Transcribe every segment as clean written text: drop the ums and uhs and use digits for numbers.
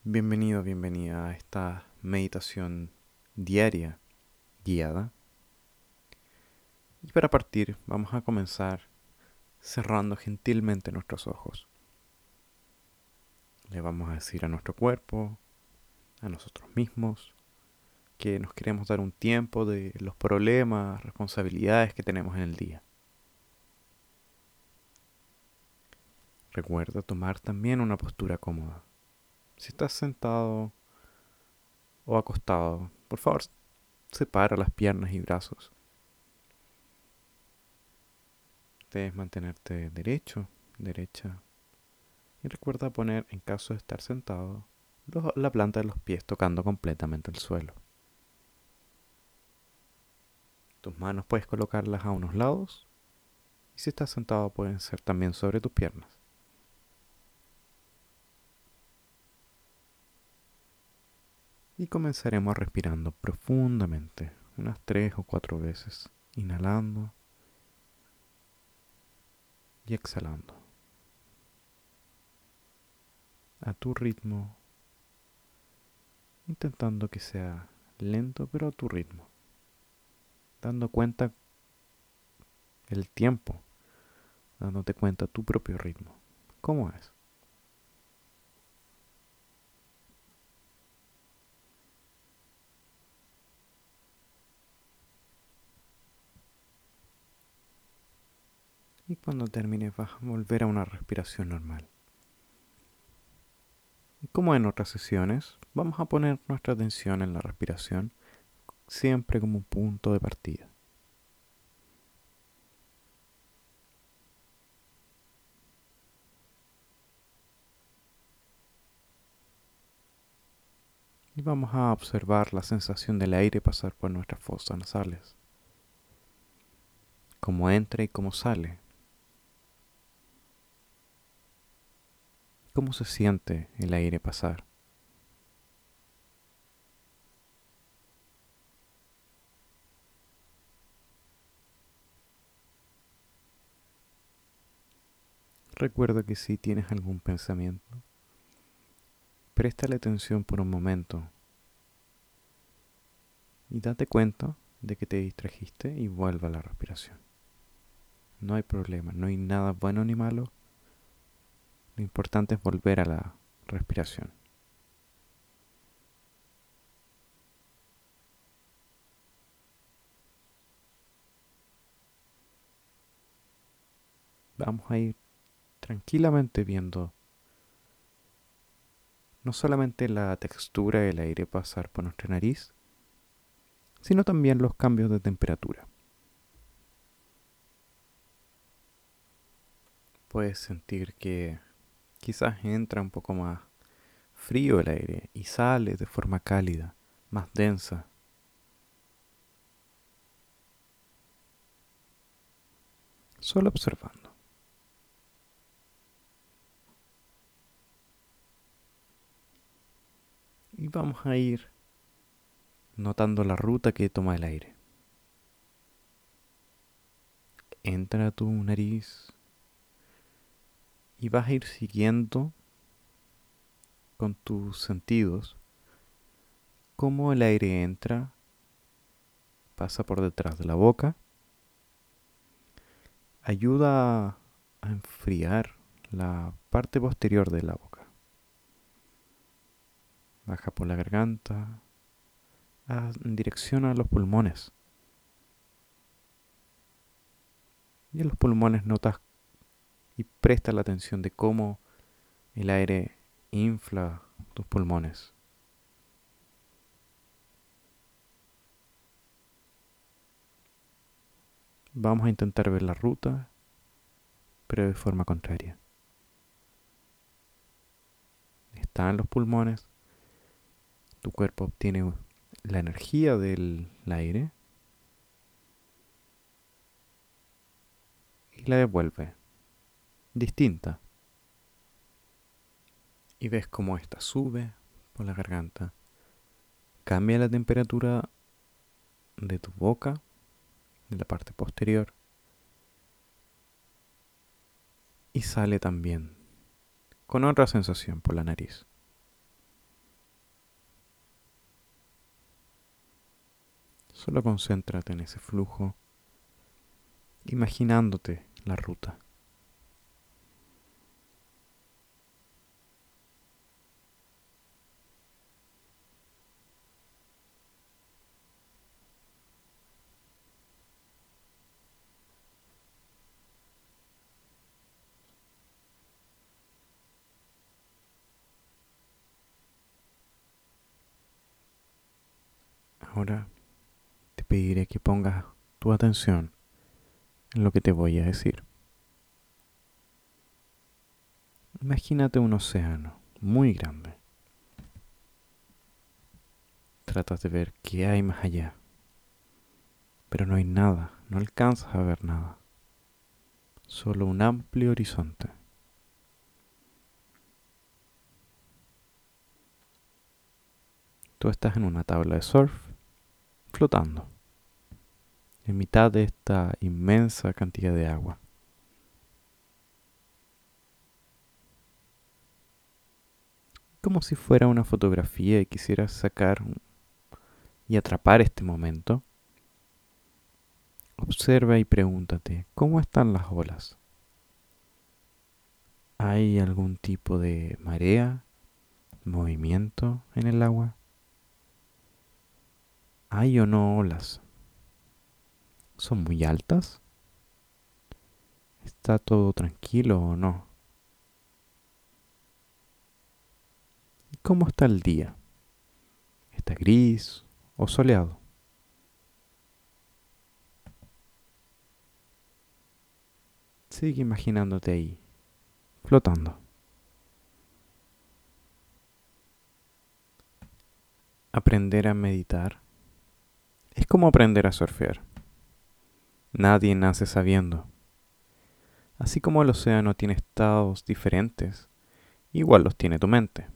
Bienvenido, bienvenida a esta meditación diaria guiada. Y para partir, vamos a comenzar cerrando gentilmente nuestros ojos. Le vamos a decir a nuestro cuerpo, a nosotros mismos, que nos queremos dar un tiempo de los problemas, responsabilidades que tenemos en el día. Recuerda tomar también una postura cómoda. Si estás sentado o acostado, por favor, separa las piernas y brazos. Debes mantenerte derecho, derecha. Y recuerda poner, en caso de estar sentado, la planta de los pies tocando completamente el suelo. Tus manos puedes colocarlas a unos lados y si estás sentado pueden ser también sobre tus piernas. Y comenzaremos respirando profundamente, unas 3 o 4 veces, inhalando y exhalando. A tu ritmo, intentando que sea lento pero a tu ritmo. Dando cuenta el tiempo, dándote cuenta tu propio ritmo. ¿Cómo es? Y cuando termines vas a volver a una respiración normal. Y como en otras sesiones, vamos a poner nuestra atención en la respiración siempre como un punto de partida. Y vamos a observar la sensación del aire pasar por nuestras fosas nasales. Cómo entra y cómo sale. Cómo se siente el aire pasar. Recuerda que si tienes algún pensamiento, préstale atención por un momento y date cuenta de que te distrajiste y vuelva a la respiración. No hay problema, no hay nada bueno ni malo. Lo importante es volver a la respiración. Vamos a ir tranquilamente viendo no solamente la textura del aire pasar por nuestra nariz, sino también los cambios de temperatura. Puedes sentir que quizás entra un poco más frío el aire y sale de forma cálida, más densa. Solo observando. Y vamos a ir notando la ruta que toma el aire. Entra a tu nariz y vas a ir siguiendo con tus sentidos cómo el aire entra, pasa por detrás de la boca, ayuda a enfriar la parte posterior de la boca. Baja por la garganta, en dirección a los pulmones. Y en los pulmones notas y presta la atención de cómo el aire infla tus pulmones. Vamos a intentar ver la ruta, pero de forma contraria. Está en los pulmones, tu cuerpo obtiene la energía del aire y la devuelve, distinta. Y ves cómo esta sube por la garganta, cambia la temperatura de tu boca, de la parte posterior, y sale también con otra sensación por la nariz. Solo concéntrate en ese flujo, imaginándote la ruta. Ahora te pediré que pongas tu atención en lo que te voy a decir. Imagínate un océano muy grande. Tratas de ver qué hay más allá, pero no hay nada, no alcanzas a ver nada. Solo un amplio horizonte. Tú estás en una tabla de surf, flotando, en mitad de esta inmensa cantidad de agua. Como si fuera una fotografía y quisieras sacar y atrapar este momento, observa y pregúntate, ¿cómo están las olas? ¿Hay algún tipo de marea, movimiento en el agua? ¿Hay o no olas? ¿Son muy altas? ¿Está todo tranquilo o no? ¿Y cómo está el día? ¿Está gris o soleado? Sigue imaginándote ahí, flotando. Aprender a meditar es como aprender a surfear. Nadie nace sabiendo. Así como el océano tiene estados diferentes, igual los tiene tu mente.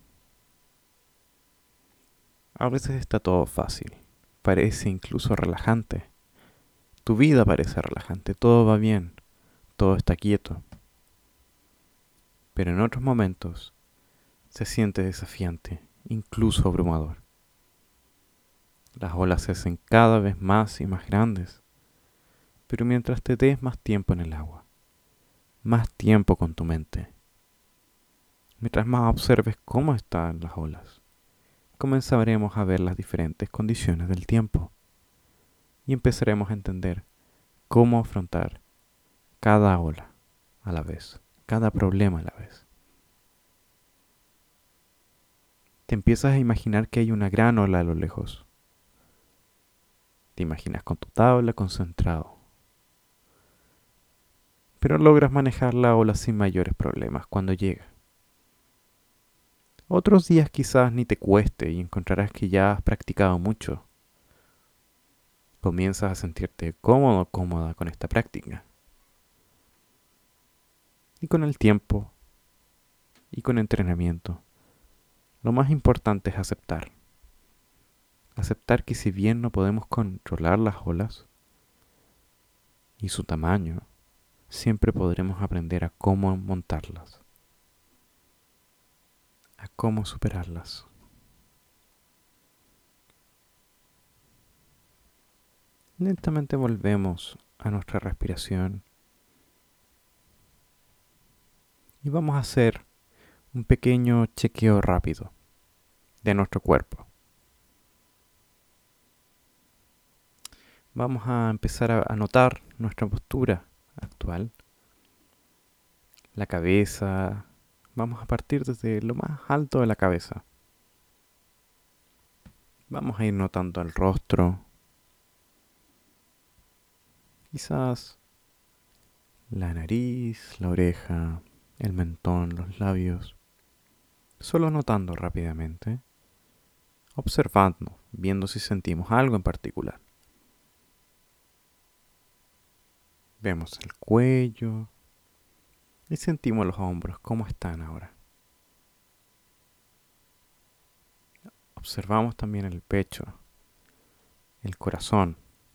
A veces está todo fácil, parece incluso relajante. Tu vida parece relajante, todo va bien, todo está quieto. Pero en otros momentos se siente desafiante, incluso abrumador. Las olas se hacen cada vez más y más grandes, pero mientras te des más tiempo en el agua, más tiempo con tu mente, mientras más observes cómo están las olas, comenzaremos a ver las diferentes condiciones del tiempo y empezaremos a entender cómo afrontar cada ola a la vez, cada problema a la vez. Te empiezas a imaginar que hay una gran ola a lo lejos. Te imaginas con tu tabla concentrado, pero logras manejar la ola sin mayores problemas cuando llega. Otros días quizás ni te cueste y encontrarás que ya has practicado mucho. Comienzas a sentirte cómodo o cómoda con esta práctica. Y con el tiempo y con entrenamiento, lo más importante es aceptar. Aceptar que si bien no podemos controlar las olas y su tamaño, siempre podremos aprender a cómo montarlas, a cómo superarlas. Lentamente volvemos a nuestra respiración y vamos a hacer un pequeño chequeo rápido de nuestro cuerpo. Vamos a empezar a notar nuestra postura actual, la cabeza. Vamos a partir desde lo más alto de la cabeza. Vamos a ir notando el rostro, quizás la nariz, la oreja, el mentón, los labios. Solo notando rápidamente, observando, viendo si sentimos algo en particular. Vemos el cuello y sentimos los hombros, cómo están ahora. Observamos también el pecho, el corazón,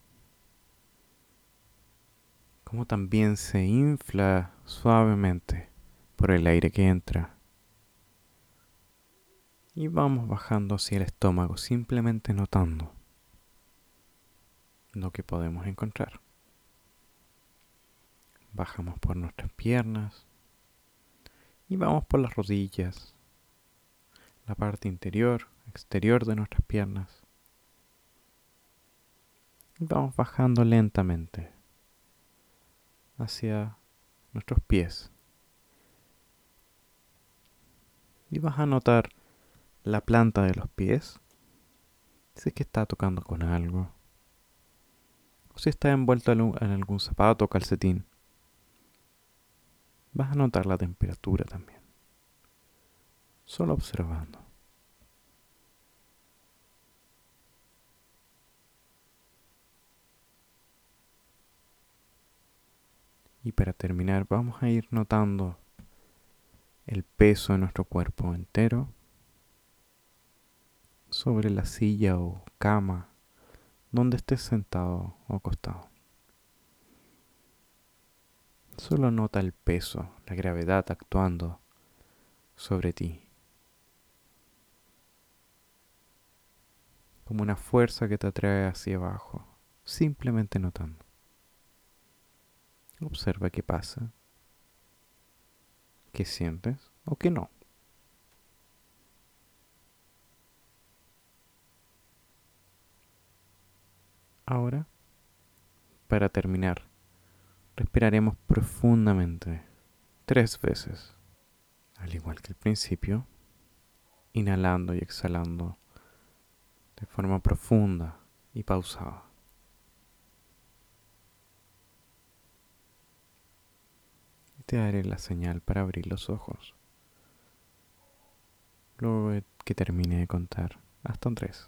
cómo también se infla suavemente por el aire que entra. Y vamos bajando hacia el estómago, simplemente notando. lo que podemos encontrar. Bajamos por nuestras piernas y vamos por las rodillas, la parte interior, exterior de nuestras piernas. Y vamos bajando lentamente hacia nuestros pies. Y vas a notar la planta de los pies, si es que está tocando con algo, o si está envuelto en algún zapato o calcetín. Vas a notar la temperatura también, solo observando. Y para terminar vamos a ir notando el peso de nuestro cuerpo entero sobre la silla o cama donde estés sentado o acostado. Solo nota el peso, la gravedad actuando sobre ti, como una fuerza que te atrae hacia abajo, simplemente notando. Observa qué pasa, qué sientes o qué no. Ahora, para terminar, respiraremos profundamente 3 veces, al igual que al principio, inhalando y exhalando de forma profunda y pausada. Te daré la señal para abrir los ojos, luego de que termine de contar hasta un 3.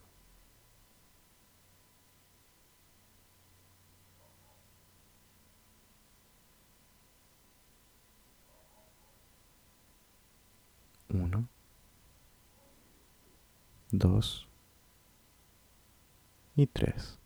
1, 2 y 3.